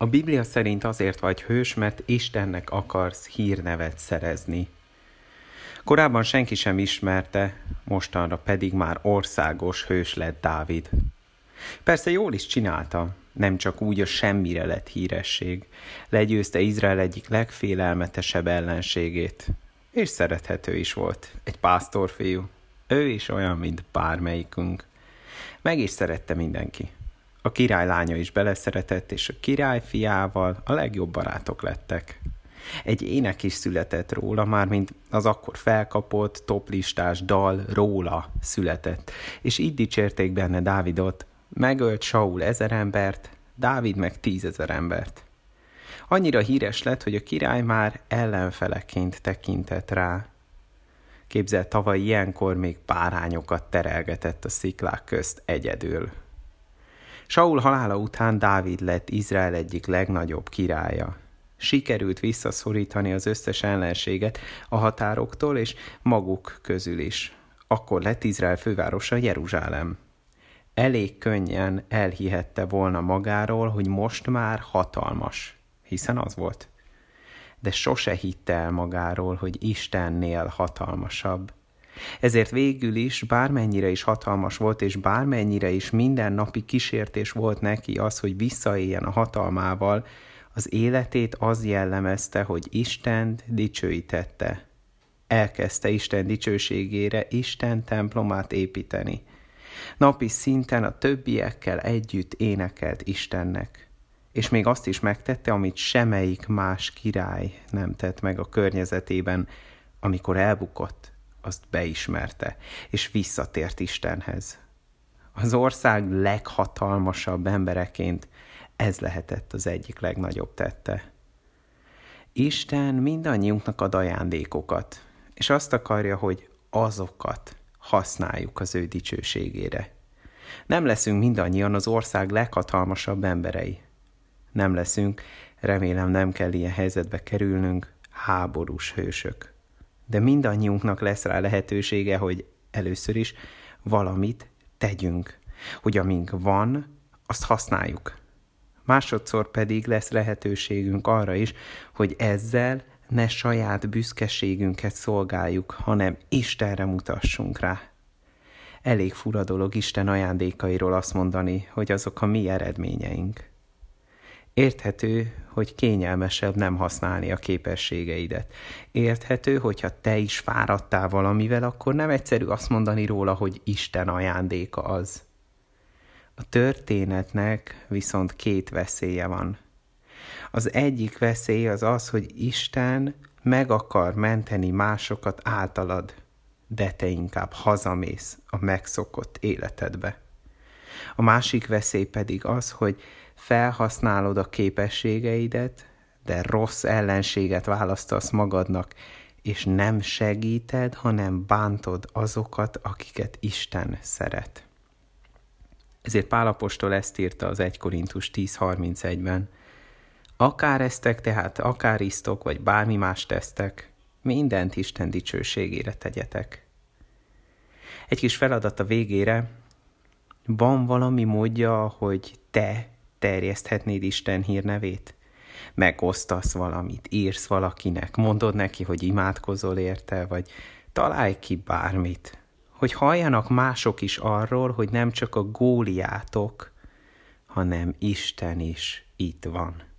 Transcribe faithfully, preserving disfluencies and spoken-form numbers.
A Biblia szerint azért vagy hős, mert Istennek akarsz hírnevet szerezni. Korábban senki sem ismerte, mostanra pedig már országos hős lett Dávid. Persze jól is csinálta, nem csak úgy a semmire lett híresség, legyőzte Izrael egyik legfélelmetesebb ellenségét, és szerethető is volt, egy pásztorfiú. Ő is olyan, mint bármelyikünk. Meg is szerette mindenki. A király lánya is beleszeretett, és a király fiával a legjobb barátok lettek. Egy ének is született róla, mármint az akkor felkapott, toplistás dal róla született, és így dicsérték benne Dávidot: megölt Saul ezer embert, Dávid meg tízezer embert. Annyira híres lett, hogy a király már ellenfeleként tekintett rá. Képzeld, tavaly ilyenkor még bárányokat terelgetett a sziklák közt egyedül. Saul halála után Dávid lett Izrael egyik legnagyobb királya. Sikerült visszaszorítani az összes ellenséget a határoktól és maguk közül is. Akkor lett Izrael fővárosa Jeruzsálem. Elég könnyen elhihette volna magáról, hogy most már hatalmas, hiszen az volt. De sose hitte el magáról, hogy Istennél hatalmasabb. Ezért végül is, bármennyire is hatalmas volt, és bármennyire is mindennapi kísértés volt neki az, hogy visszaéljen a hatalmával, az életét az jellemezte, hogy Istent dicsőítette. Elkezdte Isten dicsőségére Isten templomát építeni. Napi szinten a többiekkel együtt énekelt Istennek. És még azt is megtette, amit semmelyik más király nem tett meg a környezetében, amikor elbukott, azt beismerte, és visszatért Istenhez. Az ország leghatalmasabb embereként ez lehetett az egyik legnagyobb tette. Isten mindannyiunknak ad ajándékokat, és azt akarja, hogy azokat használjuk az ő dicsőségére. Nem leszünk mindannyian az ország leghatalmasabb emberei. Nem leszünk, remélem nem kell ilyen helyzetbe kerülnünk, háborús hősök. De mindannyiunknak lesz rá lehetősége, hogy először is valamit tegyünk, hogy amink van, azt használjuk. Másodszor pedig lesz lehetőségünk arra is, hogy ezzel ne saját büszkeségünket szolgáljuk, hanem Istenre mutassunk rá. Elég fura dolog Isten ajándékairól azt mondani, hogy azok a mi eredményeink. Érthető, hogy kényelmesebb nem használni a képességeidet. Érthető, hogyha te is fáradtál valamivel, akkor nem egyszerű azt mondani róla, hogy Isten ajándéka az. A történetnek viszont két veszélye van. Az egyik veszély az az, hogy Isten meg akar menteni másokat általad, de te inkább hazamész a megszokott életedbe. A másik veszély pedig az, hogy felhasználod a képességeidet, de rossz ellenséget választasz magadnak, és nem segíted, hanem bántod azokat, akiket Isten szeret. Ezért Pál apostol ezt írta az Egy Korintus tíz harmincegyben. Akár esztek tehát, akár isztok, vagy bármi más tesztek, mindent Isten dicsőségére tegyetek. Egy kis feladat a végére. Van valami módja, hogy te terjeszthetnéd Isten hírnevét? Megosztasz valamit, írsz valakinek, mondod neki, hogy imádkozol érte, vagy találj ki bármit, hogy halljanak mások is arról, hogy nem csak a Góliátok, hanem Isten is itt van.